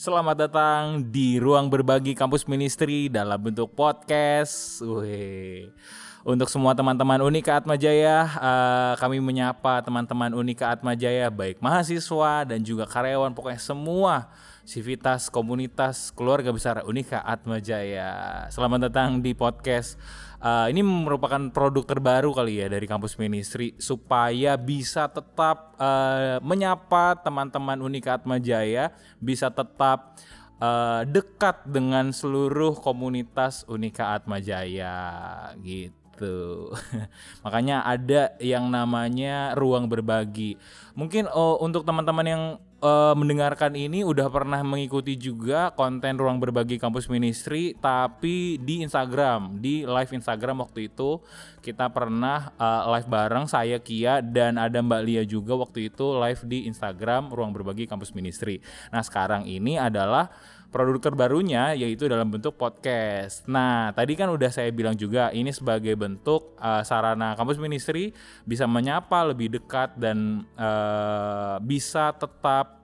Selamat datang di Ruang Berbagi Kampus Ministry dalam bentuk podcast. Untuk semua teman-teman Unika Atmajaya, kami menyapa teman-teman Unika Atmajaya, baik mahasiswa dan juga karyawan, pokoknya semua sivitas, komunitas, keluarga besar Unika Atmajaya. Selamat datang di podcast. Ini merupakan produk terbaru kali ya dari Kampus Ministry supaya bisa tetap menyapa teman-teman Unika Atmajaya, bisa tetap dekat dengan seluruh komunitas Unika Atmajaya gitu. Makanya ada yang namanya ruang berbagi. Mungkin untuk teman-teman yang mendengarkan ini udah pernah mengikuti juga konten ruang berbagi Kampus Ministry, tapi di Instagram, di live Instagram waktu itu kita pernah live bareng, saya Kia dan ada Mbak Lia juga waktu itu live di Instagram ruang berbagi Kampus Ministry. Nah sekarang ini adalah produk terbarunya yaitu dalam bentuk podcast. Nah tadi kan udah saya bilang juga ini sebagai bentuk sarana Kampus Ministry bisa menyapa lebih dekat dan bisa tetap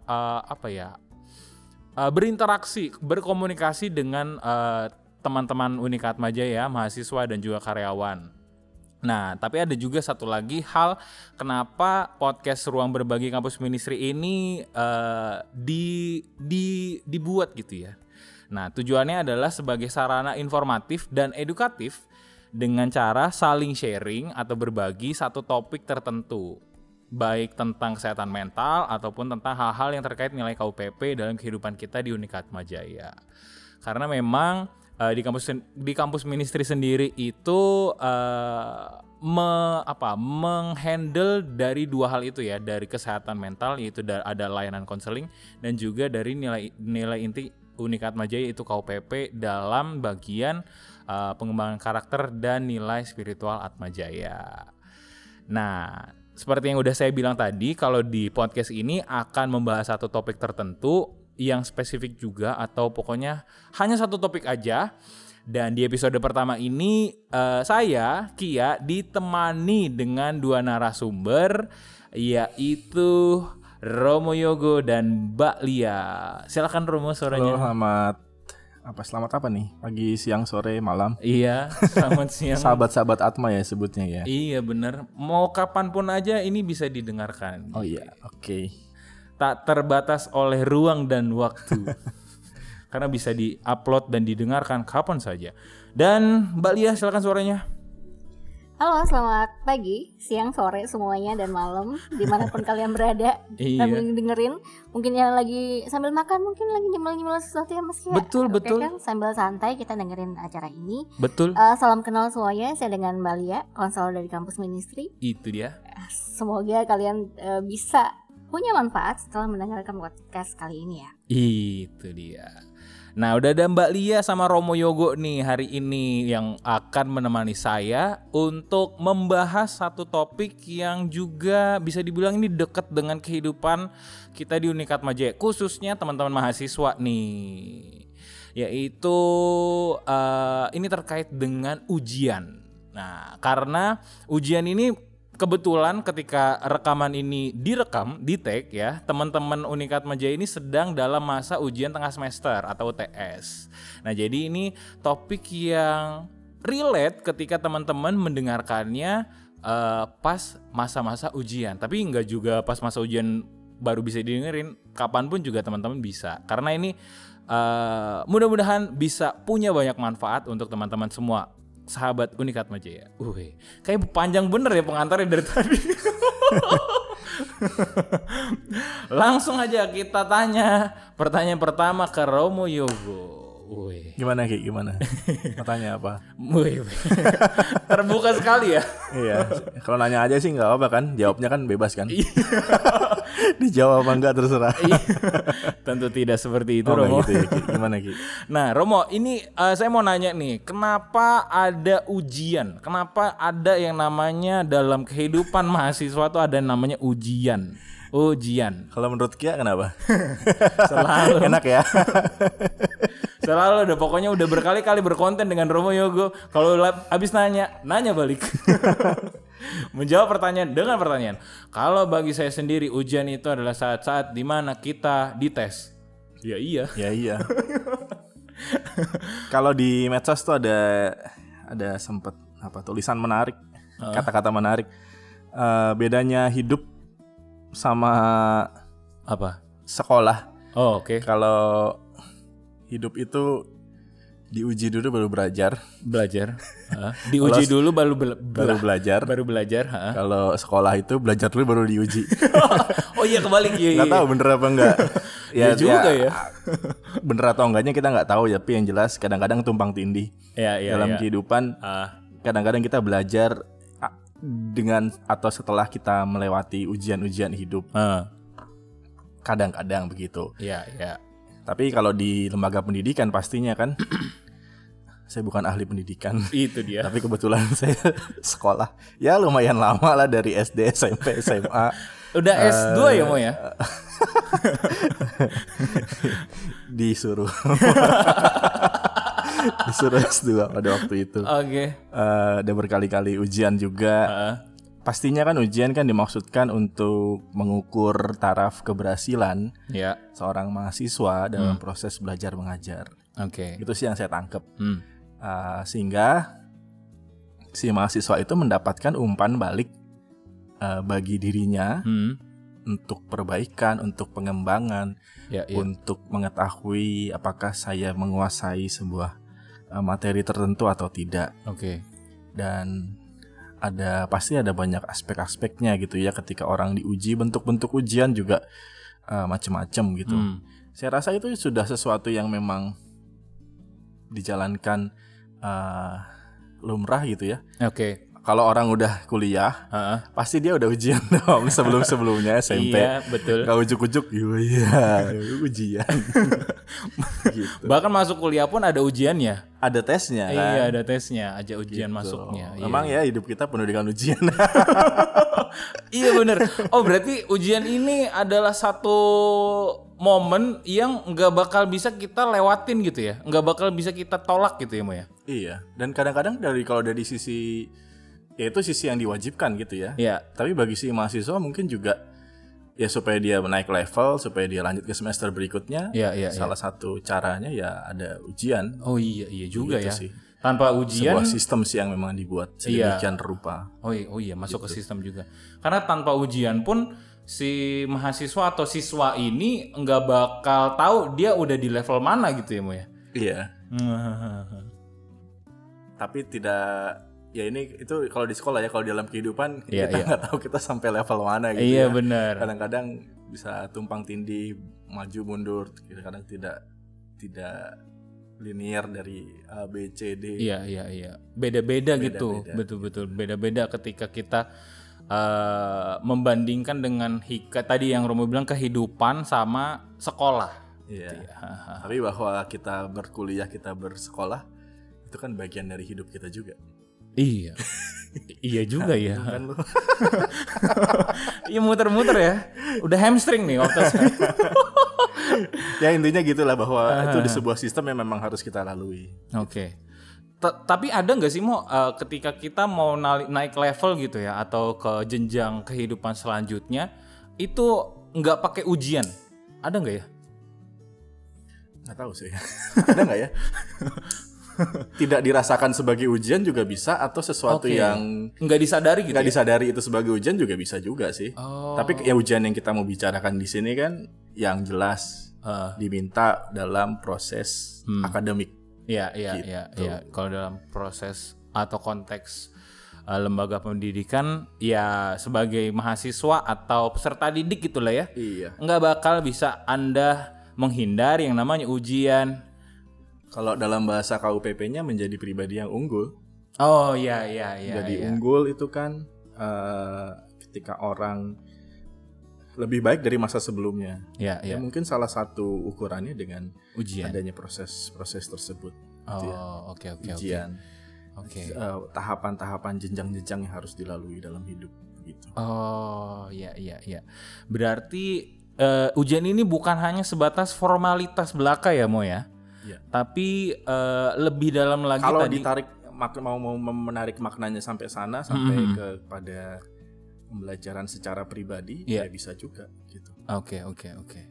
berinteraksi, berkomunikasi dengan teman-teman Unika Atmajaya, mahasiswa dan juga karyawan. Nah, tapi ada juga satu lagi hal kenapa podcast Ruang Berbagi Kampus Ministry ini dibuat gitu ya. Nah, tujuannya adalah sebagai sarana informatif dan edukatif dengan cara saling sharing atau berbagi satu topik tertentu, baik tentang kesehatan mental ataupun tentang hal-hal yang terkait nilai KUPP dalam kehidupan kita di Unika Atmajaya. Karena memang di kampus Ministry sendiri itu menghandle dari dua hal itu ya, dari kesehatan mental yaitu ada layanan konseling dan juga dari nilai inti Unika Atmajaya itu KUPP dalam bagian pengembangan karakter dan nilai spiritual Atmajaya. Nah, seperti yang udah saya bilang tadi, kalau di podcast ini akan membahas satu topik tertentu yang spesifik juga atau pokoknya hanya satu topik aja. Dan di episode pertama ini saya, Kia, ditemani dengan dua narasumber yaitu Romo Yogo dan Mbak Lia. Silakan Romo, suaranya. Halo, selamat apa nih? Pagi, siang, sore, malam. Iya, selamat siang. Sahabat-sahabat Atma ya sebutnya ya. Iya benar. Mau kapanpun aja ini bisa didengarkan. Oh iya, oke. Tak terbatas oleh ruang dan waktu. Karena bisa di-upload dan didengarkan kapan saja. Dan Mbak Lia, silakan suaranya. Halo, selamat pagi, siang, sore semuanya dan malam dimanapun kalian berada. Sambil dengerin, mungkin yang lagi sambil makan, mungkin lagi nyemil sesuatu ya Mas Kia. Betul. Kan? Sambil santai kita dengerin acara ini. Betul. Salam kenal semuanya, saya dengan Mbak Lia, konselor dari Kampus Ministry. Itu dia. Semoga kalian bisa punya manfaat setelah mendengarkan podcast kali ini ya. Itu dia. Nah, udah ada Mbak Lia sama Romo Yogo nih hari ini yang akan menemani saya untuk membahas satu topik yang juga bisa dibilang ini dekat dengan kehidupan kita di Unika Atmajaya, khususnya teman-teman mahasiswa nih. Yaitu ini terkait dengan ujian. Nah, karena ujian ini kebetulan ketika rekaman ini di take ya, teman-teman Unika Atmajaya ini sedang dalam masa ujian tengah semester atau UTS. Nah, jadi ini topik yang relate ketika teman-teman mendengarkannya pas masa-masa ujian. Tapi enggak juga pas masa ujian baru bisa didengerin, kapanpun juga teman-teman bisa. Karena ini mudah-mudahan bisa punya banyak manfaat untuk teman-teman semua. Sahabat Unika Atmajaya. Kayak panjang bener ya pengantarnya dari tadi. Langsung aja kita tanya pertanyaan pertama ke Romo Yogo. Gimana Ki? Gimana? Tanya apa? Terbuka sekali ya. Iya. Kalau nanya aja sih nggak apa kan, jawabnya kan bebas kan. Dijawab apa enggak terserah. Tentu tidak seperti itu Romo. Gitu ya, Ki. Gimana Ki? Nah Romo, ini saya mau nanya nih, kenapa ada ujian? Kenapa ada yang namanya dalam kehidupan mahasiswa tuh ada yang namanya ujian? Kalau menurut Kia kenapa? Selalu enak ya. Selalu udah pokoknya udah berkali-kali berkonten dengan Romo Yogo. Kalau habis nanya balik. Menjawab pertanyaan dengan pertanyaan. Kalau bagi saya sendiri ujian itu adalah saat-saat di mana kita dites. Ya iya. Ya iya. Kalau di medsos tuh ada sempet tulisan menarik, kata-kata menarik. Bedanya hidup sama apa? Sekolah. Oh, oke. Kalau hidup itu diuji dulu baru belajar. Diuji dulu baru belajar. Baru belajar. Kalau sekolah itu belajar dulu baru diuji. Oh iya, kebalik. Nggak tahu bener apa enggak. Ya juga ya. Bener atau enggaknya kita nggak tahu, tapi yang jelas kadang-kadang tumpang tindih. Dalam kehidupan kadang-kadang kita belajar dengan atau setelah kita melewati ujian-ujian hidup. Kadang-kadang begitu. Iya. Tapi kalau di lembaga pendidikan pastinya kan, saya bukan ahli pendidikan. Itu dia. Tapi kebetulan saya sekolah ya lumayan lama lah, dari SD, SMP, SMA. Udah S2 ya Mo ya? Disuruh S2 pada waktu itu. Oke. Ada berkali-kali ujian juga. Pastinya kan ujian kan dimaksudkan untuk mengukur taraf keberhasilan seorang mahasiswa dalam proses belajar mengajar. Oke. Itu sih yang saya tangkap. Sehingga si mahasiswa itu mendapatkan umpan balik bagi dirinya untuk perbaikan, untuk pengembangan, untuk mengetahui apakah saya menguasai sebuah materi tertentu atau tidak. Oke. Dan pasti ada banyak aspek-aspeknya gitu ya ketika orang diuji. Bentuk-bentuk ujian juga macam-macam gitu. Saya rasa itu sudah sesuatu yang memang dijalankan lumrah gitu ya. Oke. Kalau orang udah kuliah, pasti dia udah ujian dong sebelum-sebelumnya SMP. Iya, betul. Gak ujuk-ujuk, iya ujian. Gitu. Bahkan masuk kuliah pun ada ujiannya. Ada tesnya kan? Iya, ada tesnya, aja ujian gitu. Masuknya. Memang ya hidup kita penuh dengan ujian. Iya bener. Oh berarti ujian ini adalah satu momen yang nggak bakal bisa kita lewatin gitu ya, nggak bakal bisa kita tolak gitu ya Mo ya. Iya. Dan kadang-kadang kalau dari sisi, ya itu sisi yang diwajibkan gitu ya. Iya. Tapi bagi si mahasiswa mungkin juga ya supaya dia naik level, supaya dia lanjut ke semester berikutnya. Salah satu caranya ya ada ujian. Oh iya juga gitu ya. Sih. Tanpa ujian, sebuah sistem sih yang memang dibuat sedemikian rupa. Oh iya masuk gitu. Ke sistem juga. Karena tanpa ujian pun si mahasiswa atau siswa ini nggak bakal tahu dia udah di level mana gitu ya Mo ya. Iya. Tapi tidak, ya ini itu kalau di sekolah ya, kalau di dalam kehidupan kita nggak tahu kita sampai level mana gitu. Iya benar. Kadang-kadang bisa tumpang tindih, maju mundur, kadang-kadang tidak linear dari A, B, C, D. Iya. Beda-beda gitu. Betul-betul beda-beda ketika kita membandingkan dengan tadi yang Romo bilang kehidupan sama sekolah. Iya. Tapi bahwa kita berkuliah, kita bersekolah itu kan bagian dari hidup kita juga. Iya. Iya juga ya. Kan lu. Iya muter-muter ya. Udah hamstring nih waktu saya. Ya intinya gitulah, bahwa itu di sebuah sistem yang memang harus kita lalui. Oke. Tapi ada nggak sih Mo ketika kita mau naik level gitu ya, atau ke jenjang kehidupan selanjutnya itu nggak pakai ujian? Ada nggak ya? Nggak tahu sih. Ada nggak ya? Tidak dirasakan sebagai ujian juga bisa, atau sesuatu yang nggak disadari gitu. Nggak disadari itu sebagai ujian juga bisa juga sih. Tapi ya ujian yang kita mau bicarakan di sini kan yang jelas diminta dalam proses akademik. Iya. Kalau dalam proses atau konteks lembaga pendidikan, ya sebagai mahasiswa atau peserta didik gitulah ya. Iya. Nggak bakal bisa Anda menghindari yang namanya ujian. Kalau dalam bahasa KUPP-nya menjadi pribadi yang unggul. Oh iya. Jadi unggul itu kan ketika orang lebih baik dari masa sebelumnya. Ya. Mungkin salah satu ukurannya dengan ujian. Adanya proses tersebut. Oke. Ujian. Oke. Tahapan-tahapan jenjang-jenjang yang harus dilalui dalam hidup gitu. Oh, iya. Berarti ujian ini bukan hanya sebatas formalitas belaka ya, Mo ya? Ya. Tapi lebih dalam lagi kalau tadi. Ditarik mau menarik maknanya sampai sana, sampai kepada pembelajaran secara pribadi, ya bisa juga gitu. Oke.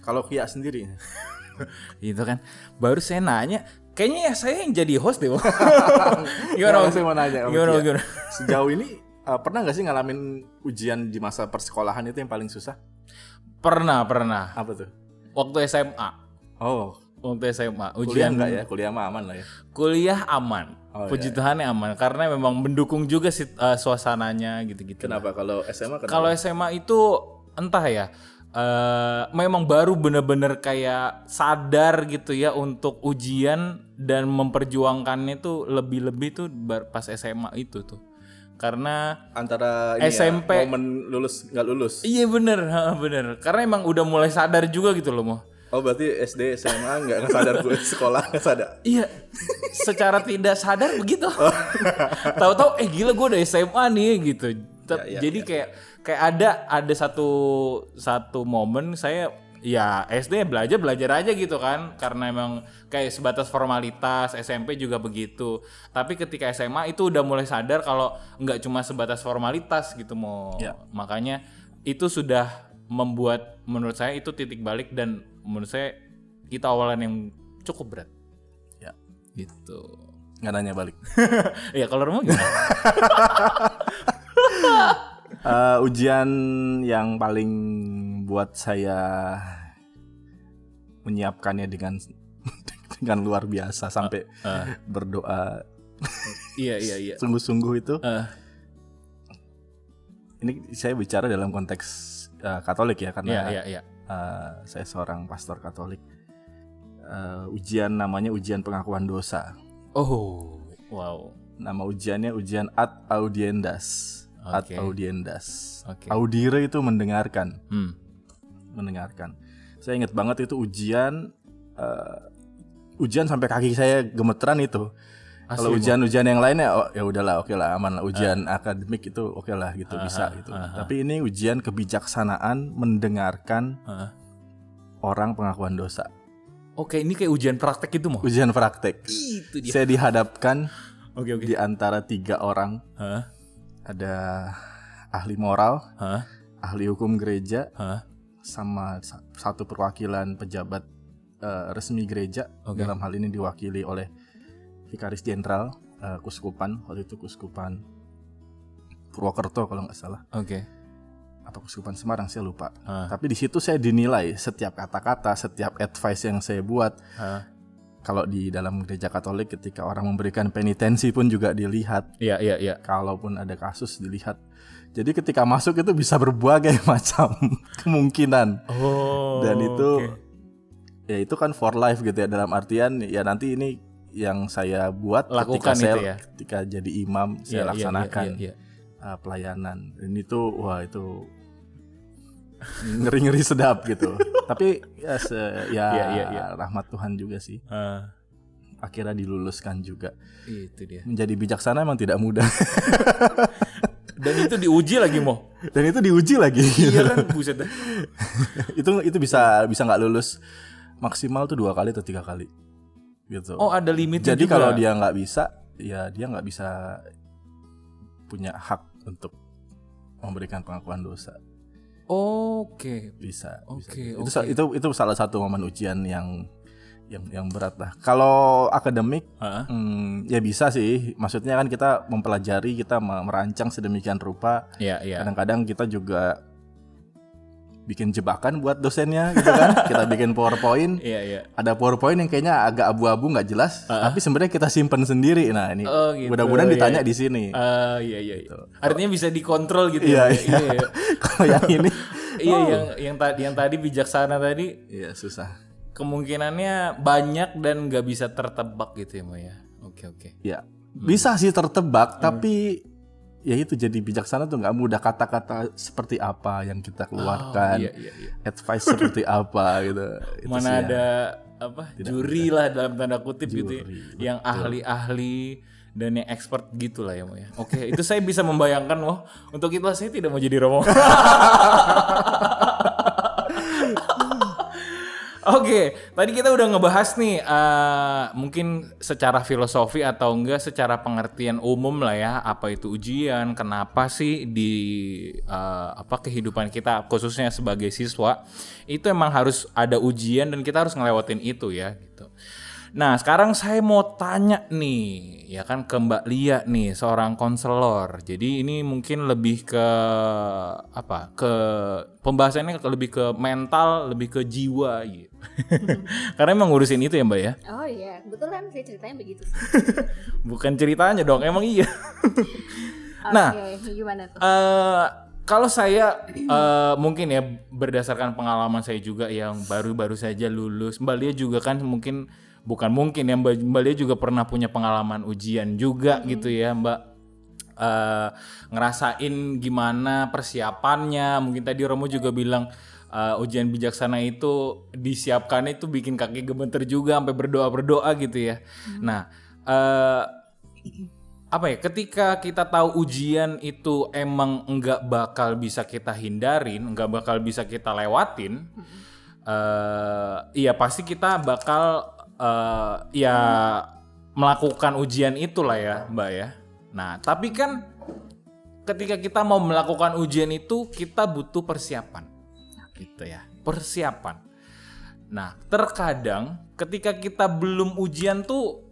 Kalau Kia sendiri? Itu kan baru saya nanya, kayaknya ya saya yang jadi host deh. Gimana? Saya mau nanya. Gimana? Sejauh ini pernah nggak sih ngalamin ujian di masa persekolahan itu yang paling susah? Pernah. Apa tuh? Waktu SMA. Oh. Waktu SMA. Kuliah enggak ya? Kuliah mah aman lah ya. Kuliah aman. Puji Tuhannya aman karena memang mendukung juga suasananya gitu-gitu. Kenapa kalau SMA? Kalau SMA itu entah ya. Memang baru bener-bener kayak sadar gitu ya untuk ujian dan memperjuangkannya tuh lebih-lebih tuh pas SMA itu tuh. Karena antara ini SMP ya, momen lulus nggak lulus. Iya bener. Karena emang udah mulai sadar juga gitu loh Mo. Oh berarti SD SMA nggak sadar gue sekolah nggak sadar. Iya, secara tidak sadar begitu. Tahu-tahu gila gue udah SMA nih gitu. Jadi kayak ada satu momen saya ya SD belajar aja gitu kan, karena emang kayak sebatas formalitas. SMP juga begitu. Tapi ketika SMA itu udah mulai sadar kalau nggak cuma sebatas formalitas gitu Mo. Ya. Makanya itu sudah membuat menurut saya itu titik balik dan menurut saya itu awalan yang cukup berat. Ya, gitu. Nggak nanya balik. Ya kalau Romo gimana? Ujian yang paling buat saya menyiapkannya dengan luar biasa sampai berdoa. Iya. Sungguh-sungguh itu. Ini saya bicara dalam konteks Katolik ya, karena saya seorang pastor Katolik. Ujian namanya ujian pengakuan dosa. Oh, wow. Nama ujiannya ujian ad audiendas. Okay. Ad audiendas. Okay. Audire itu mendengarkan. Mendengarkan. Saya ingat banget itu ujian sampai kaki saya gemeteran itu. Kalau ujian-ujian yang lainnya ya udahlah, oke lah, aman lah. Ujian akademik itu oke lah gitu, bisa gitu. Tapi ini ujian kebijaksanaan mendengarkan orang pengakuan dosa. Oke, ini kayak ujian praktek itu Mo? Ujian praktek. Itu dia. Saya dihadapkan okay. di antara 3 orang. Ada ahli moral, ahli hukum gereja, sama satu perwakilan pejabat resmi gereja. Dalam hal ini diwakili oleh Vikaris Jenderal Kuskupan, waktu itu Kuskupan Purwokerto kalau nggak salah. Apa Kuskupan Semarang, saya lupa. Tapi di situ saya dinilai setiap kata-kata, setiap advice yang saya buat. Kalau di dalam gereja Katolik ketika orang memberikan penitensi pun juga dilihat. Iya. Kalaupun ada kasus dilihat. Jadi ketika masuk itu bisa berbagai macam kemungkinan. Dan itu ya itu kan for life gitu ya, dalam artian ya nanti ini yang saya buat lakukan ketika jadi imam saya laksanakan pelayanan. Dan itu itu ngeri-ngeri sedap gitu. Tapi rahmat Tuhan juga sih. Akhirnya diluluskan juga. Itu dia. Menjadi bijaksana emang tidak mudah. Dan itu diuji lagi Mo. Iya kan, buset dah. itu bisa nggak lulus maksimal tuh 2 kali atau 3 kali. Gitu. Oh, ada limitnya. Jadi juga. kalau dia nggak bisa, ya dia nggak bisa punya hak untuk memberikan pengakuan dosa. Oke. Bisa. Oke. Itu salah satu momen ujian yang berat lah. Kalau akademik, ya bisa sih. Maksudnya kan kita mempelajari, kita merancang sedemikian rupa. Iya. Kadang-kadang kita juga bikin jebakan buat dosennya gitu kan. Kita bikin PowerPoint. Iya. Ada PowerPoint yang kayaknya agak abu-abu, nggak jelas, tapi sebenarnya kita simpen sendiri. Nah ini gitu. mudah-mudahan ditanya di sini. Iya. Gitu. Artinya bisa dikontrol gitu. Iya. Kalau yang ini, yang tadi bijaksana tadi. Iya susah. Kemungkinannya banyak dan nggak bisa tertebak gitu ya Mo ya. Oke. Ya bisa sih tertebak, tapi ya itu jadi bijaksana tuh nggak mudah. Kata-kata seperti apa yang kita keluarkan, advice seperti apa gitu. Mana itu ada juri lah dalam tanda kutip gitu ya, yang ahli-ahli dan yang expert gitulah ya Mo ya. Oke, itu saya bisa membayangkan Mo. Untuk itu saya tidak mau jadi Romo. Oke, Oke, tadi kita udah ngebahas nih mungkin secara filosofi atau enggak secara pengertian umum lah ya, apa itu ujian, kenapa sih di kehidupan kita khususnya sebagai siswa itu emang harus ada ujian dan kita harus ngelewatin itu ya gitu. Nah, sekarang saya mau tanya nih, ya kan ke Mbak Lia nih, seorang konselor. Jadi ini mungkin lebih ke ke pembahasannya lebih ke mental, lebih ke jiwa gitu. Karena emang ngurusin itu ya Mbak ya? Oh iya, kebetulan sih ceritanya begitu. Bukan ceritanya dong, emang iya. Nah, gimana tuh? Kalau saya mungkin ya berdasarkan pengalaman saya juga yang baru-baru saja lulus, Mbak Lia juga kan mungkin ya Mbak Lia juga pernah punya pengalaman ujian juga gitu ya Mbak, ngerasain gimana persiapannya. Mungkin tadi Romo juga bilang ujian bijaksana itu disiapkannya itu bikin kaki gemeter juga sampai berdoa gitu ya. Nah ketika kita tahu ujian itu emang nggak bakal bisa kita hindarin, nggak bakal bisa kita lewatin, ya pasti kita bakal melakukan ujian itulah ya Mbak ya. Nah tapi kan ketika kita mau melakukan ujian itu kita butuh persiapan gitu ya, persiapan. Nah terkadang ketika kita belum ujian tuh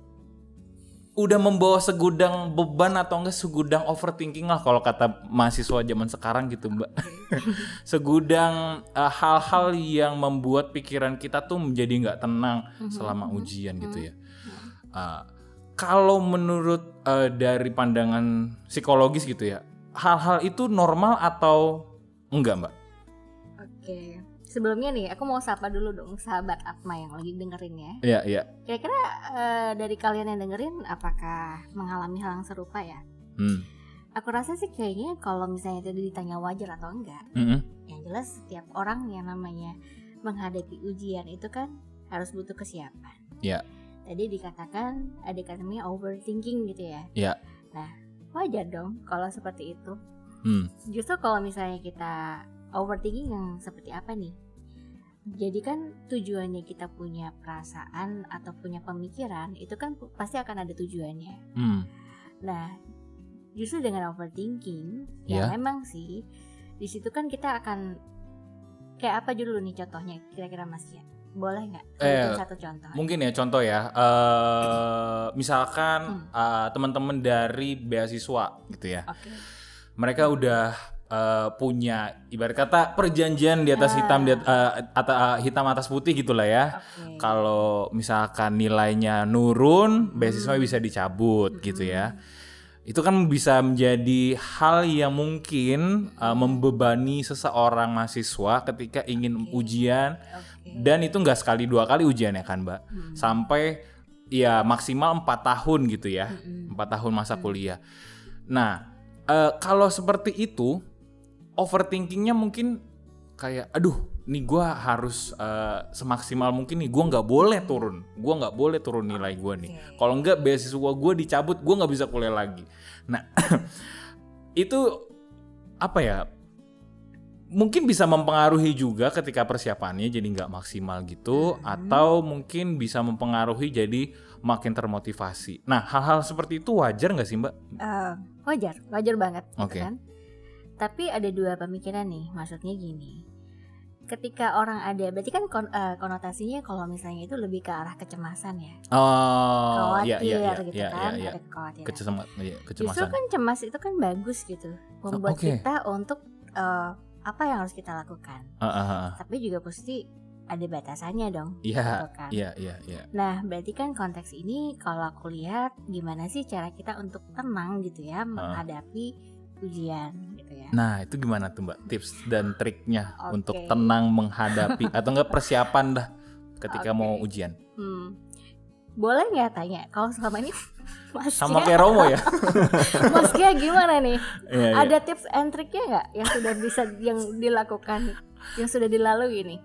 udah membawa segudang beban atau enggak segudang overthinking lah kalau kata mahasiswa zaman sekarang gitu Mbak. Segudang hal-hal yang membuat pikiran kita tuh menjadi nggak tenang selama ujian gitu ya. Kalau menurut dari pandangan psikologis gitu ya, hal-hal itu normal atau enggak Mbak? Oke. Sebelumnya nih, aku mau sapa dulu dong sahabat Atma yang lagi dengerin ya. Iya, iya. Kira-kira dari kalian yang dengerin, apakah mengalami hal yang serupa ya? Aku rasa sih kayaknya kalau misalnya tadi ditanya wajar atau enggak, yang jelas setiap orang yang namanya menghadapi ujian itu kan harus butuh kesiapan. Iya. Tadi dikatakan ada namanya overthinking gitu ya. Iya. Nah, wajar dong kalau seperti itu. Justru kalau misalnya kita overthinking yang seperti apa nih? Jadi kan tujuannya kita punya perasaan atau punya pemikiran itu kan pasti akan ada tujuannya. Nah, justru dengan overthinking ya memang sih di situ kan kita akan kayak apa dulu nih contohnya kira-kira Mas ya? Boleh nggak? Satu contoh. Mungkin ya contoh ya. Misalkan teman-teman dari beasiswa gitu ya. Okay. Mereka udah punya ibarat kata perjanjian di atas hitam hitam atas putih gitulah ya. Okay. Kalau misalkan nilainya nurun, beasiswa bisa dicabut gitu ya. Itu kan bisa menjadi hal yang mungkin membebani seseorang mahasiswa ketika ingin ujian. Dan itu nggak sekali dua kali ujian ya kan Mbak. Sampai ya maksimal 4 tahun gitu ya. 4 tahun masa kuliah. Nah kalau seperti itu overthinkingnya mungkin kayak aduh nih gue harus semaksimal mungkin nih, gue nggak boleh turun nilai gue nih. Kalau nggak beasiswa gue dicabut, gue nggak bisa kuliah lagi. Nah itu apa ya, mungkin bisa mempengaruhi juga ketika persiapannya jadi nggak maksimal gitu, atau mungkin bisa mempengaruhi jadi makin termotivasi. Nah hal-hal seperti itu wajar nggak sih Mbak? Wajar banget gitu kan. Tapi ada dua pemikiran nih, maksudnya gini. Ketika orang ada, berarti kan konotasinya kalau misalnya itu lebih ke arah kecemasan ya. Khawatir gitu kan, ada kekhawatiran. Kecemasan. Justru kan cemas itu kan bagus gitu, membuat kita untuk apa yang harus kita lakukan. Tapi juga pasti ada batasannya dong. Iya. Nah, berarti kan konteks ini kalau aku lihat gimana sih cara kita untuk tenang gitu ya menghadapi ujian gitu ya. Nah itu gimana tuh Mbak tips dan triknya untuk tenang menghadapi atau enggak persiapan dah ketika mau ujian? Boleh nggak tanya kalau selama ini Mas sama kayak Romo ya? Mas Kia gimana nih? Ada tips and triknya nggak yang sudah bisa yang dilakukan, yang sudah dilalui nih?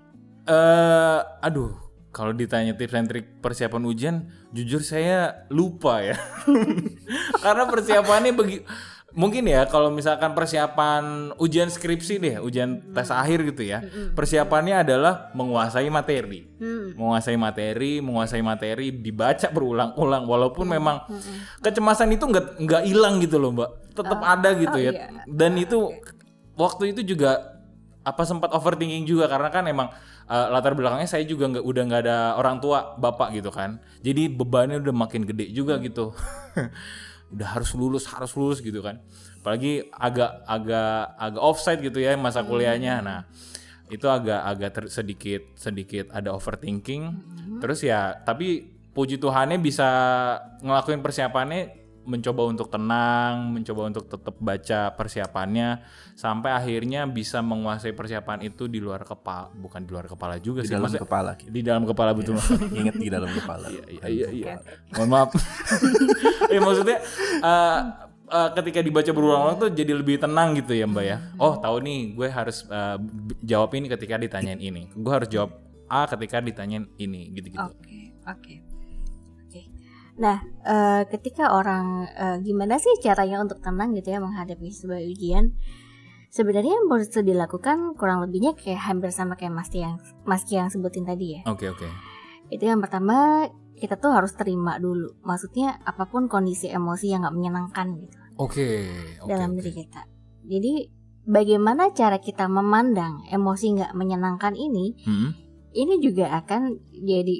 Aduh, kalau ditanya tips and trik persiapan ujian, jujur saya lupa ya. Karena persiapannya mungkin ya kalau misalkan persiapan ujian skripsi deh, ujian tes akhir gitu ya. Persiapannya adalah menguasai materi. Menguasai materi, dibaca berulang-ulang walaupun memang kecemasan itu enggak hilang gitu loh, Mbak. Tetap ada gitu ya. Iya. Dan itu waktu itu juga sempat overthinking juga karena kan emang latar belakangnya saya juga udah nggak ada orang tua, bapak gitu kan. Jadi bebannya udah makin gede juga gitu. Udah harus lulus gitu kan. Apalagi agak offside gitu ya masa kuliahnya. Nah, itu agak sedikit ada overthinking. Terus ya tapi puji Tuhannya bisa ngelakuin persiapannya, mencoba untuk tenang, mencoba untuk tetap baca persiapannya sampai akhirnya bisa menguasai persiapan itu di luar kepala, bukan di luar kepala juga di sih, dalam kepala. Di dalam kepala betul. Ingat di dalam kepala. Iya. Mohon maaf. Maksudnya ketika dibaca berulang-ulang tuh jadi lebih tenang gitu ya, Mbak ya. Oh, tahu nih gue harus jawab ini ketika ditanyain ini. Gue harus jawab A ketika ditanyain ini gitu-gitu. Oke. Nah, ketika orang gimana sih caranya untuk tenang gitu ya menghadapi sebuah ujian? Sebenarnya yang harus dilakukan kurang lebihnya kayak hampir sama kayak Mas Ki yang sebutin tadi ya. Oke. Itu yang pertama, kita tuh harus terima dulu. Maksudnya apapun kondisi emosi yang nggak menyenangkan gitu. Oke. Dalam diri kita. Jadi bagaimana cara kita memandang emosi nggak menyenangkan ini? Ini juga akan jadi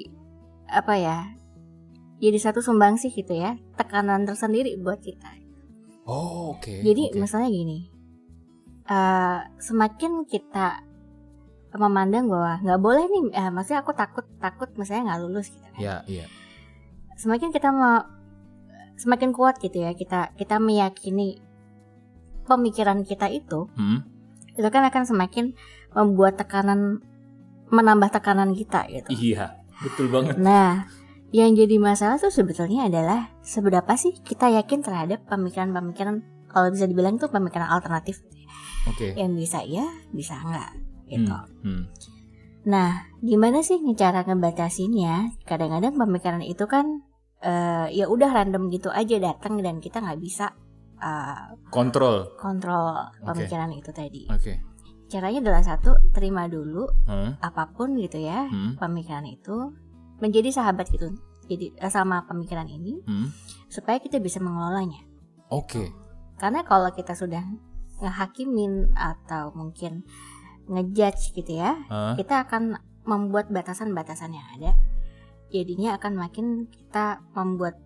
jadi satu sumbangsih gitu ya, tekanan tersendiri buat kita. Oke. Jadi misalnya gini, semakin kita memandang bahwa nggak boleh nih, maksudnya aku takut misalnya nggak lulus gitu kan. Iya. Semakin kita semakin kuat gitu ya, kita meyakini pemikiran kita itu kan akan semakin membuat menambah tekanan kita gitu. Iya, betul banget. Nah, yang jadi masalah tuh sebetulnya adalah seberapa sih kita yakin terhadap pemikiran-pemikiran, kalau bisa dibilang itu pemikiran alternatif. Yang bisa ya, bisa enggak gitu. Nah, gimana sih cara ngebatasinnya? Kadang-kadang pemikiran itu kan ya udah random gitu aja datang dan kita nggak bisa kontrol pemikiran itu tadi. Caranya adalah satu, terima dulu apapun gitu ya, pemikiran itu menjadi sahabat gitu, jadi sama pemikiran ini, supaya kita bisa mengelolanya. Karena kalau kita sudah ngehakimin atau mungkin ngejudge gitu ya, kita akan membuat batasan-batasan yang ada. Jadinya akan makin kita membuat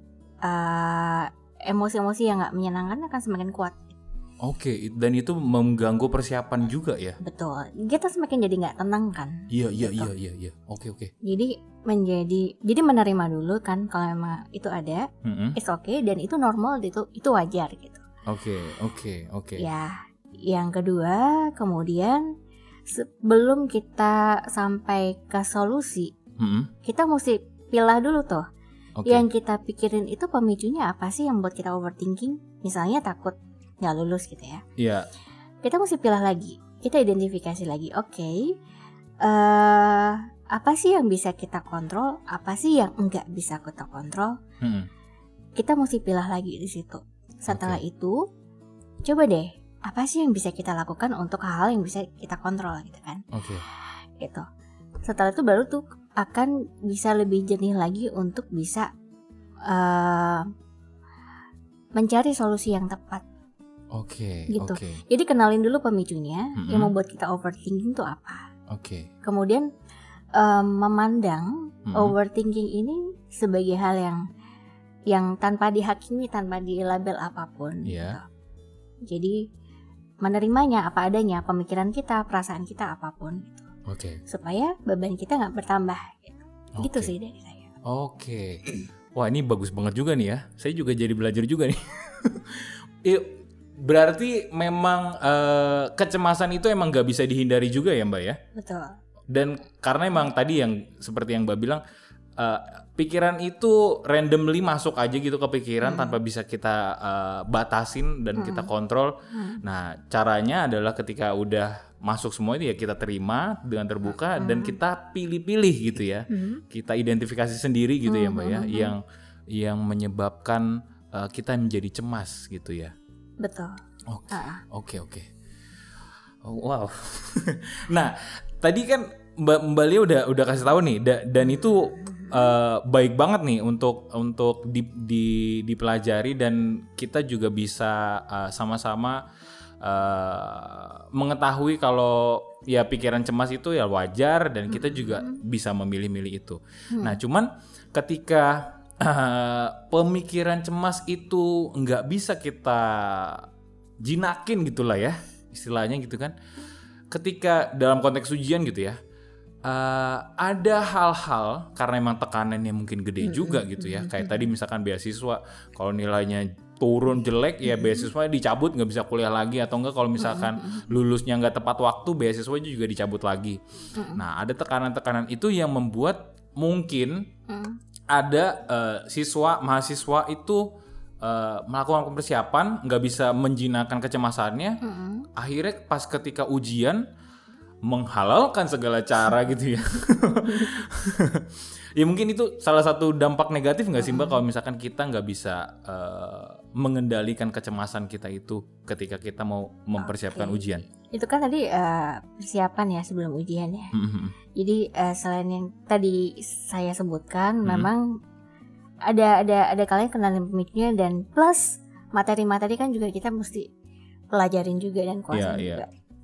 emosi-emosi yang nggak menyenangkan akan semakin kuat. Dan itu mengganggu persiapan juga ya. Betul, kita semakin jadi nggak tenang kan. Iya. Oke. Jadi menerima dulu kan kalau memang itu ada, it's okay dan itu normal, itu wajar gitu. Oke. Ya, yang kedua, kemudian sebelum kita sampai ke solusi, kita mesti pilah dulu tuh. Yang kita pikirin itu pemicunya apa sih yang buat kita overthinking? Misalnya takut nggak lulus gitu ya. Iya. Kita mesti pilih lagi, kita identifikasi lagi. Apa sih yang bisa kita kontrol? Apa sih yang enggak bisa kita kontrol? Kita mesti pilih lagi di situ. Setelah itu, coba deh, apa sih yang bisa kita lakukan untuk hal-hal yang bisa kita kontrol gitu kan? Gitu. Setelah itu baru tuh akan bisa lebih jernih lagi untuk bisa mencari solusi yang tepat. Gitu. Jadi kenalin dulu pemicunya yang membuat kita overthinking itu apa. Kemudian memandang overthinking ini sebagai hal yang tanpa dihakimi, tanpa dilabel apapun. Gitu. Jadi menerimanya apa adanya, pemikiran kita, perasaan kita apapun. Gitu. Supaya beban kita nggak bertambah. Gitu sih dari saya. Wah, ini bagus banget juga nih ya. Saya juga jadi belajar juga nih. Berarti memang kecemasan itu emang gak bisa dihindari juga ya Mbak ya? Betul. Dan karena emang tadi yang seperti yang Mbak bilang, pikiran itu randomly masuk aja gitu ke pikiran tanpa bisa kita batasin dan kita kontrol. Nah, caranya adalah ketika udah masuk semua itu ya kita terima dengan terbuka dan kita pilih-pilih gitu ya. Kita identifikasi sendiri gitu ya Mbak ya, yang menyebabkan kita menjadi cemas gitu ya. Betul. Oke. Oh, wow. Nah, tadi kan Mbak Lia udah kasih tahu nih, dan itu baik banget nih untuk dipelajari, dan kita juga bisa sama-sama mengetahui kalau ya pikiran cemas itu ya wajar, dan kita juga bisa memilih-milih itu. Nah, cuman ketika pemikiran cemas itu nggak bisa kita jinakin gitulah ya, istilahnya gitu kan. Ketika dalam konteks ujian gitu ya, ada hal-hal karena emang tekanannya mungkin gede juga gitu ya. Kayak tadi misalkan beasiswa, kalau nilainya turun jelek ya beasiswanya dicabut, nggak bisa kuliah lagi, atau enggak kalau misalkan lulusnya nggak tepat waktu, beasiswa juga dicabut lagi. Nah, ada tekanan-tekanan itu yang membuat mungkin ada mahasiswa itu melakukan persiapan, nggak bisa menjinakkan kecemasannya, akhirnya pas ketika ujian menghalalkan segala cara gitu ya. Ya mungkin itu salah satu dampak negatif nggak sih Mbak, kalau misalkan kita nggak bisa mengendalikan kecemasan kita itu ketika kita mau mempersiapkan ujian. Itu kan tadi persiapan ya sebelum ujian ya. Jadi selain yang tadi saya sebutkan, memang ada kalanya kenalin pemicunya, dan plus materi-materi kan juga kita mesti pelajarin juga dan kuasain juga.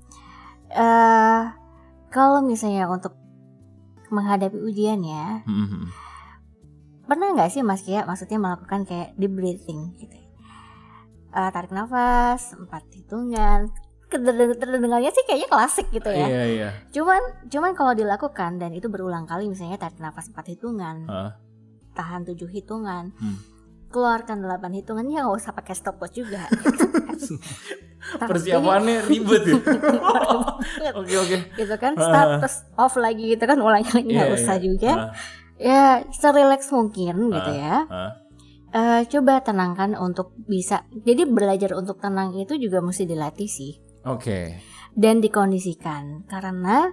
Kalau misalnya untuk menghadapi ujian ya, pernah nggak sih Mas Kia maksudnya melakukan kayak deep breathing gitu? Tarik nafas 4 hitungan. Terdengarnya sih kayaknya klasik gitu ya. Iya. Cuman kalau dilakukan dan itu berulang kali, misalnya tarik nafas 4 hitungan, tahan 7 hitungan, keluarkan 8 hitungan, ya nggak usah pakai stopwatch juga. Persiapannya ribet ya. Oke. Gitu kan, start terus off lagi gitu kan, ulangi lagi, nggak usah juga. Ya serelax mungkin gitu ya. Coba tenangkan untuk bisa. Jadi belajar untuk tenang itu juga mesti dilatih sih. Oke. Dan dikondisikan, karena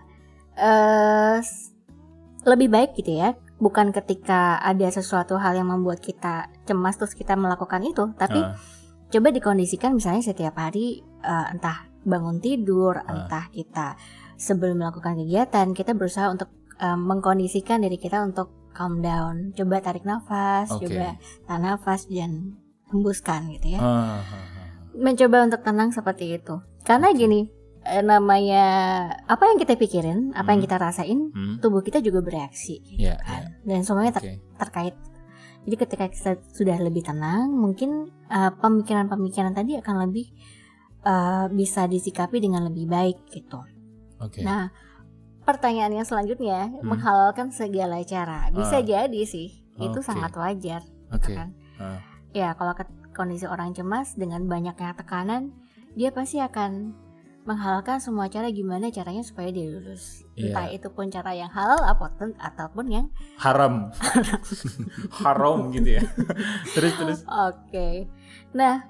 lebih baik gitu ya, bukan ketika ada sesuatu hal yang membuat kita cemas terus kita melakukan itu, tapi coba dikondisikan misalnya setiap hari, entah bangun tidur, entah kita sebelum melakukan kegiatan, kita berusaha untuk mengkondisikan diri kita untuk calm down. Coba tarik nafas, coba tahan nafas dan hembuskan gitu ya. Mencoba untuk tenang seperti itu. Karena gini, namanya apa yang kita pikirin, apa yang kita rasain, tubuh kita juga bereaksi gitu kan. Dan semuanya terkait. Jadi ketika kita sudah lebih tenang, mungkin pemikiran-pemikiran tadi akan lebih bisa disikapi dengan lebih baik gitu. Nah, pertanyaan yang selanjutnya, menghalalkan segala cara. Bisa jadi sih, itu sangat wajar. Kan? Ya, kalau kondisi orang cemas dengan banyaknya tekanan, dia pasti akan menghalalkan semua cara, gimana caranya supaya dia lulus. Entah itu pun cara yang halal ataupun yang haram. Haram gitu ya. Terus. Oke. Nah,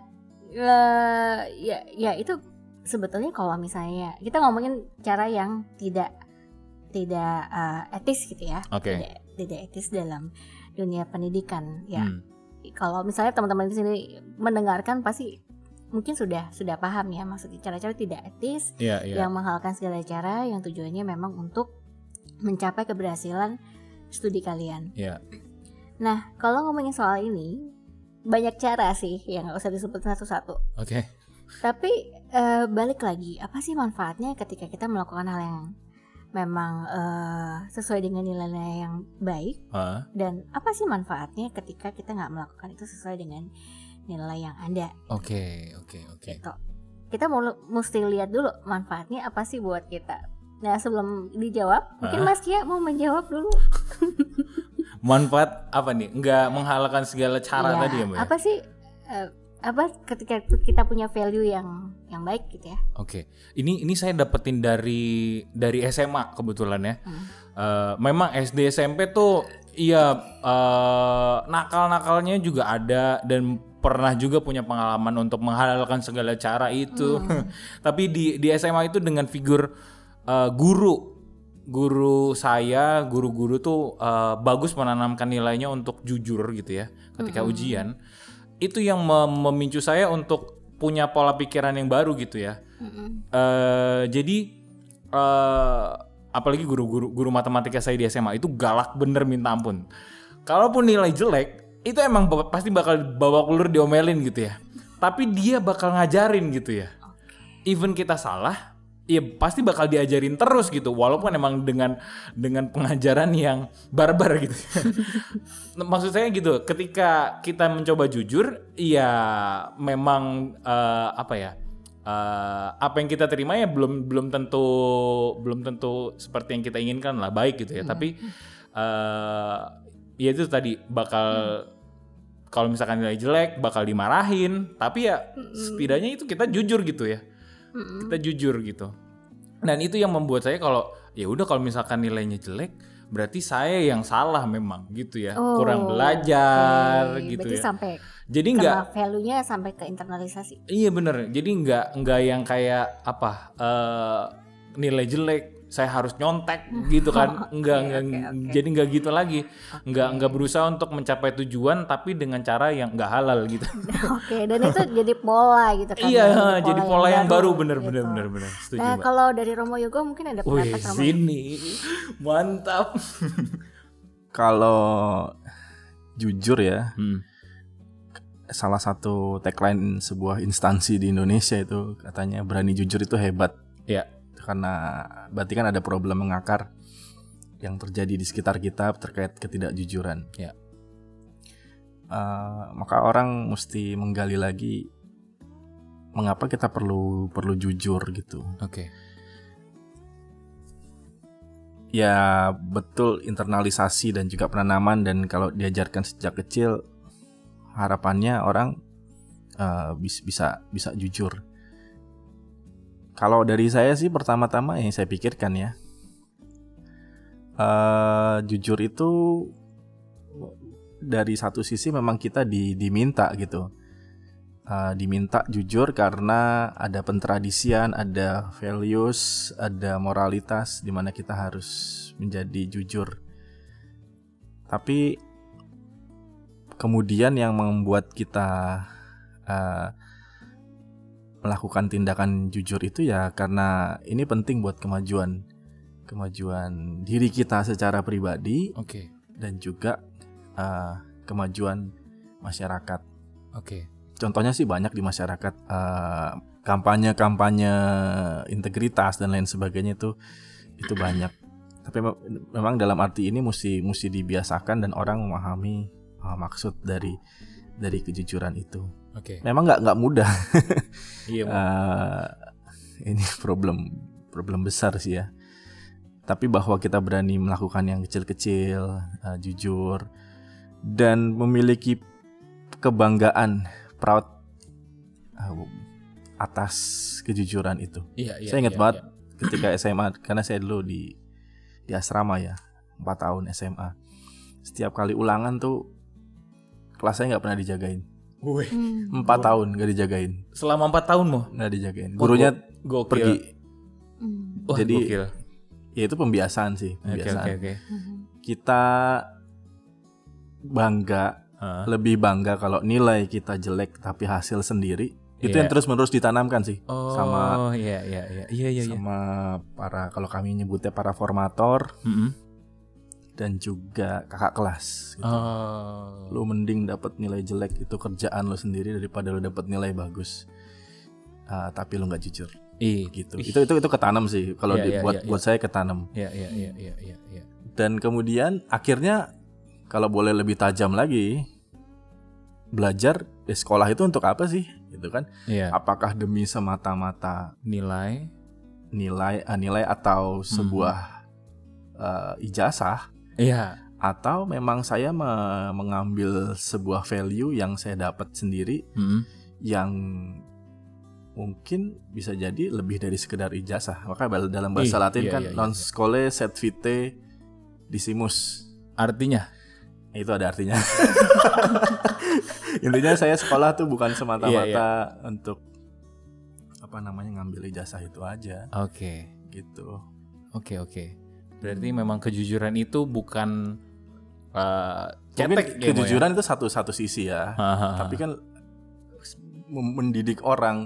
ya itu sebetulnya kalau misalnya kita ngomongin cara yang tidak etis gitu ya. Tidak etis dalam dunia pendidikan ya. Kalau misalnya teman-teman di sini mendengarkan pasti mungkin sudah paham ya, maksudnya cara-cara tidak etis yang menghalalkan segala cara yang tujuannya memang untuk mencapai keberhasilan studi kalian. Nah, kalau ngomongin soal ini banyak cara sih yang nggak usah disebut satu-satu. Tapi balik lagi, apa sih manfaatnya ketika kita melakukan hal yang memang sesuai dengan nilai-nilai yang baik, dan apa sih manfaatnya ketika kita nggak melakukan itu sesuai dengan nilai yang ada. Oke. Gitu. Kita mesti lihat dulu manfaatnya apa sih buat kita. Nah, sebelum dijawab, mungkin Mas Kia mau menjawab dulu. Manfaat apa nih? Enggak menghalalkan segala cara tadi ya, Mbak? Apa sih ketika kita punya value yang baik gitu ya? Ini saya dapetin dari SMA kebetulan ya. Memang SD SMP tuh nakal-nakalnya juga ada, dan pernah juga punya pengalaman untuk menghalalkan segala cara itu. Tapi di SMA itu dengan figur guru saya, guru-guru tuh bagus menanamkan nilainya untuk jujur gitu ya ketika ujian. Itu yang memicu saya untuk punya pola pikiran yang baru gitu ya. Jadi apalagi guru matematika saya di SMA itu galak bener minta ampun. Kalaupun nilai jelek itu emang pasti bakal bawa keluar diomelin gitu ya. Tapi dia bakal ngajarin gitu ya. Even kita salah, ya pasti bakal diajarin terus gitu. Walaupun emang dengan pengajaran yang barbar gitu. Maksud saya gitu, ketika kita mencoba jujur, ya memang apa yang kita terima ya belum tentu seperti yang kita inginkan lah, baik gitu ya. Tapi ya itu tadi bakal kalau misalkan nilai jelek bakal dimarahin, tapi ya setidaknya itu kita jujur gitu ya. Kita jujur gitu. Dan itu yang membuat saya kalau ya udah kalau misalkan nilainya jelek berarti saya yang salah memang gitu ya. Kurang belajar gitu berarti ya. Sampai jadi enggak value-nya sampai ke internalisasi. Iya bener. Jadi enggak yang kayak nilai jelek saya harus nyontek gitu kan. Enggak. Jadi enggak gitu lagi. Enggak berusaha untuk mencapai tujuan tapi dengan cara yang enggak halal gitu. Dan itu jadi pola gitu kan. Iya, jadi pola yang baru bener. Setuju, nah, kalau dari Romo Yogo mungkin ada pendapat Romo. Sini. Mantap. Kalau jujur ya. Salah satu tagline sebuah instansi di Indonesia itu katanya berani jujur itu hebat. Iya. Karena berarti kan ada problem mengakar yang terjadi di sekitar kita terkait ketidakjujuran. Ya. Maka orang mesti menggali lagi mengapa kita perlu jujur gitu. Oke. Ya betul, internalisasi dan juga penanaman, dan kalau diajarkan sejak kecil harapannya orang bisa jujur. Kalau dari saya sih pertama-tama yang saya pikirkan ya, jujur itu dari satu sisi memang kita diminta gitu, diminta jujur karena ada pentradisian, ada values, ada moralitas di mana kita harus menjadi jujur. Tapi kemudian yang membuat kita melakukan tindakan jujur itu ya karena ini penting buat kemajuan diri kita secara pribadi, dan juga kemajuan masyarakat. Contohnya sih banyak di masyarakat, kampanye integritas dan lain sebagainya itu banyak. Tapi memang dalam arti ini mesti dibiasakan dan orang memahami maksud dari kejujuran itu. Memang nggak mudah. Iya. Ini problem besar sih ya. Tapi bahwa kita berani melakukan yang kecil-kecil, jujur, dan memiliki kebanggaan, proud atas kejujuran itu. Saya ingat banget ketika SMA, karena saya dulu di asrama ya, 4 tahun SMA. Setiap kali ulangan tuh kelas saya nggak pernah dijagain. 4 tahun gak dijagain. Selama 4 tahun mau? Gak dijagain. Gurunya pergi. Jadi gokil. Ya itu pembiasaan sih. Okay. Kita bangga, lebih bangga kalau nilai kita jelek tapi hasil sendiri. Itu yang terus-menerus ditanamkan sih. Sama para, kalau kami nyebutnya para formator. Dan juga kakak kelas gitu. Lu mending dapat nilai jelek, itu kerjaan lu sendiri, daripada lu dapat nilai bagus tapi lu nggak jujur. Gitu. Itu ketanam sih kalau buat saya ketanam. Dan kemudian akhirnya kalau boleh lebih tajam lagi, belajar di sekolah itu untuk apa sih gitu kan? Apakah demi semata-mata nilai atau sebuah ijazah? Atau memang saya mengambil sebuah value yang saya dapat sendiri, yang mungkin bisa jadi lebih dari sekedar ijazah. Maka dalam bahasa Latin non scholae sed vitae decimus. Artinya? Itu ada artinya. Intinya saya sekolah tuh bukan semata-mata untuk ngambil ijazah itu aja. Gitu. Oke. Berarti memang kejujuran itu bukan cetek. Kejujuran itu satu sisi ya. Tapi kan mendidik orang,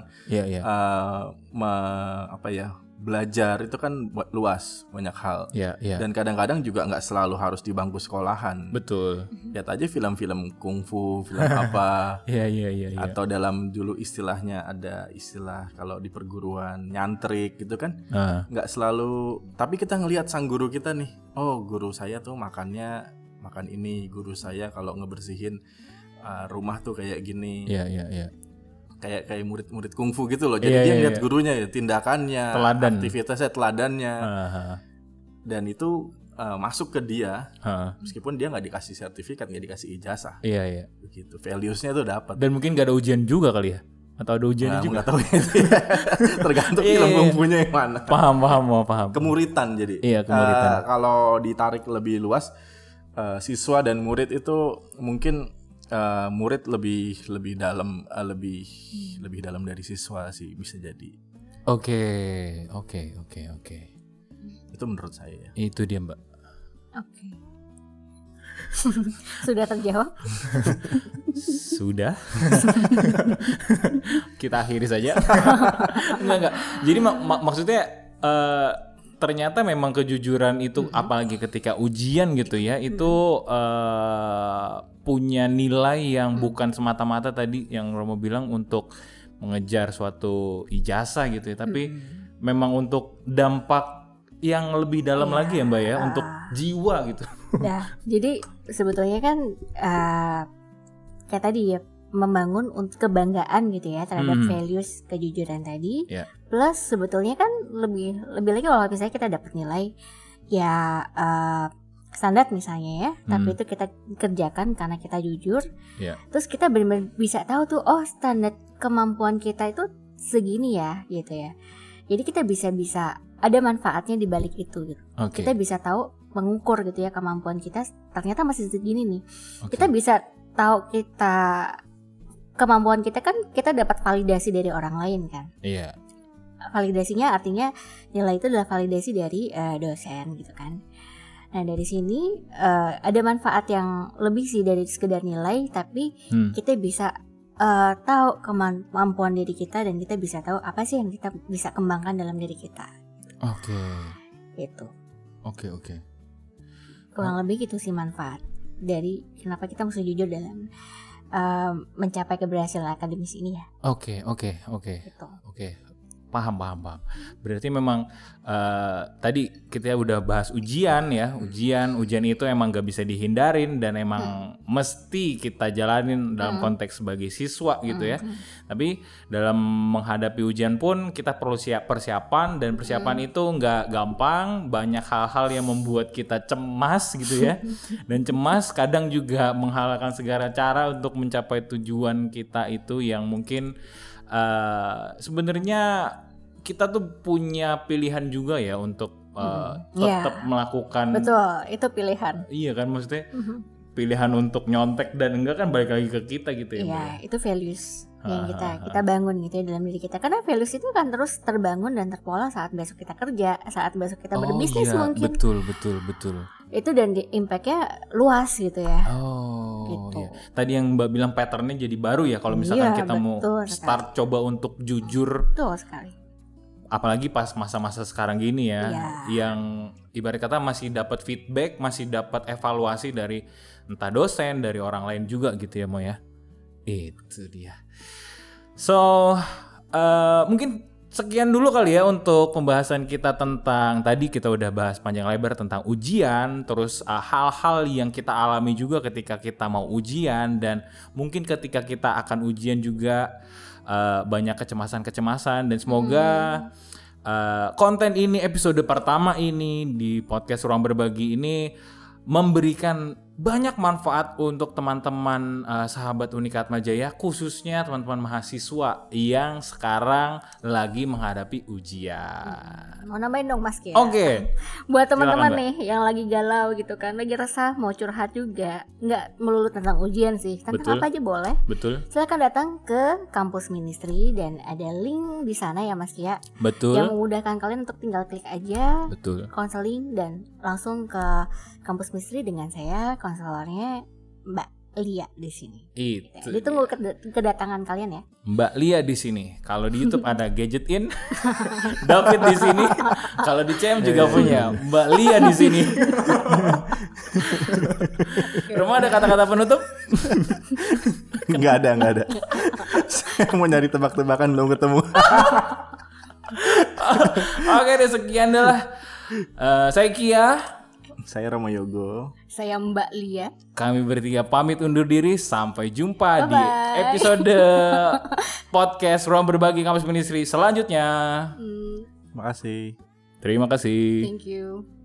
belajar itu kan luas, banyak hal. Dan kadang-kadang juga nggak selalu harus di bangku sekolahan. Betul. Lihat aja film-film kungfu, film apa. Atau dalam dulu istilahnya ada istilah kalau di perguruan nyantrik gitu kan. Nggak selalu. Tapi kita ngelihat sang guru kita nih. Oh, guru saya tuh makan ini. Guru saya kalau ngebersihin rumah tuh kayak gini. Kayak murid-murid kungfu gitu loh. Jadi dia lihat gurunya ya, tindakannya, aktivitasnya, teladannya. Dan itu masuk ke dia, meskipun dia nggak dikasih sertifikat, nggak dikasih ijazah. Begitu. Values-nya tuh dapat. Dan mungkin nggak ada ujian juga kali ya? Atau ada ujian juga? Nggak tahu ya. Tergantung film kungfunya yang mana. Paham. Kemuritan jadi. Kemuritan. Kalau ditarik lebih luas, siswa dan murid itu mungkin murid lebih dalam dari siswa sih, bisa jadi. Oke. Itu menurut saya. Itu dia, Mbak. Oke. Sudah terjawab? Sudah. Kita akhiri saja. Enggak. Jadi maksudnya ternyata memang kejujuran itu apalagi ketika ujian gitu ya, itu punya nilai yang bukan semata-mata tadi yang Romo bilang untuk mengejar suatu ijazah gitu ya, tapi memang untuk dampak yang lebih dalam lagi ya Mbak ya, untuk jiwa gitu. Nah, jadi sebetulnya kan kayak tadi ya, membangun kebanggaan gitu ya terhadap values kejujuran tadi. Plus sebetulnya kan lebih lagi kalau misalnya kita dapat nilai ya standar misalnya ya, tapi itu kita kerjakan karena kita jujur. Terus kita benar-benar bisa tahu tuh, oh standar kemampuan kita itu segini ya gitu ya. Jadi kita bisa ada manfaatnya di balik itu gitu. Kita bisa tahu mengukur gitu ya kemampuan kita ternyata masih segini nih. Kita bisa tahu kemampuan kita kan kita dapat validasi dari orang lain kan. Validasinya artinya nilai itu adalah validasi dari dosen gitu kan. Nah dari sini ada manfaat yang lebih sih dari sekedar nilai, tapi kita bisa tahu kemampuan diri kita dan kita bisa tahu apa sih yang kita bisa kembangkan dalam diri kita. Gitu. Oke. Kurang lebih gitu sih manfaat dari kenapa kita mesti jujur dalam mencapai keberhasilan akademis ini ya. Oke. Gitu. Paham. Berarti memang tadi kita udah bahas ujian ya. Ujian itu emang gak bisa dihindarin dan emang mesti kita jalanin dalam konteks sebagai siswa gitu ya. Tapi dalam menghadapi ujian pun kita perlu persiapan, dan persiapan itu gak gampang. Banyak hal-hal yang membuat kita cemas gitu ya. Dan cemas kadang juga menghalalkan segala cara untuk mencapai tujuan kita itu yang mungkin sebenarnya kita tuh punya pilihan juga ya untuk tetap melakukan. Betul, itu pilihan. Iya kan, maksudnya pilihan untuk nyontek dan enggak kan balik lagi ke kita gitu ya. Iya, itu values yang kita bangun gitu ya dalam diri kita. Karena values itu kan terus terbangun dan terpola saat besok kita kerja, saat besok kita berbisnis mungkin. Betul. Itu dan impact-nya luas gitu ya. Gitu. Iya. Tadi yang Mbak bilang pattern-nya jadi baru ya kalau misalkan kita mau start coba untuk jujur. Betul sekali. Apalagi pas masa-masa sekarang gini ya, yang ibarat kata masih dapat feedback, masih dapat evaluasi dari entah dosen, dari orang lain juga gitu ya Mo ya. Itu dia. So, mungkin sekian dulu kali ya untuk pembahasan kita tentang, tadi kita udah bahas panjang lebar tentang ujian, terus hal-hal yang kita alami juga ketika kita mau ujian, dan mungkin ketika kita akan ujian juga banyak kecemasan, dan semoga konten ini, episode pertama ini di podcast Ruang Berbagi ini memberikan banyak manfaat untuk teman-teman sahabat Unika Atmajaya, khususnya teman-teman mahasiswa yang sekarang lagi menghadapi ujian. Mau nambahin dong Mas Kia. Oke. Buat teman-teman nih yang lagi galau gitu kan, lagi resah, mau curhat juga, nggak melulu tentang ujian sih, tentang apa aja boleh. Betul. Silakan datang ke kampus ministry dan ada link di sana ya Mas Kia. Betul. Yang memudahkan kalian untuk tinggal klik aja. Betul. Konseling dan langsung ke kampus ministry dengan saya, konselornya Mbak Lia di sini. Itu. Ditunggu kedatangan kalian ya. Mbak Lia di sini. Kalau di YouTube ada Gadget In, David di sini. Kalau di CM juga punya Mbak Lia di sini. Rumah ada kata-kata penutup? Nggak ada. Saya mau nyari tebak-tebakan belum ketemu. Oke deh, sekian dah. Saya Kia. Saya Romo Yogo. Saya Mbak Lia. Kami bertiga pamit undur diri. Sampai jumpa Bye-bye. di episode podcast Ruang Berbagi Kampus Ministry selanjutnya. Makasih. Terima kasih. Thank you.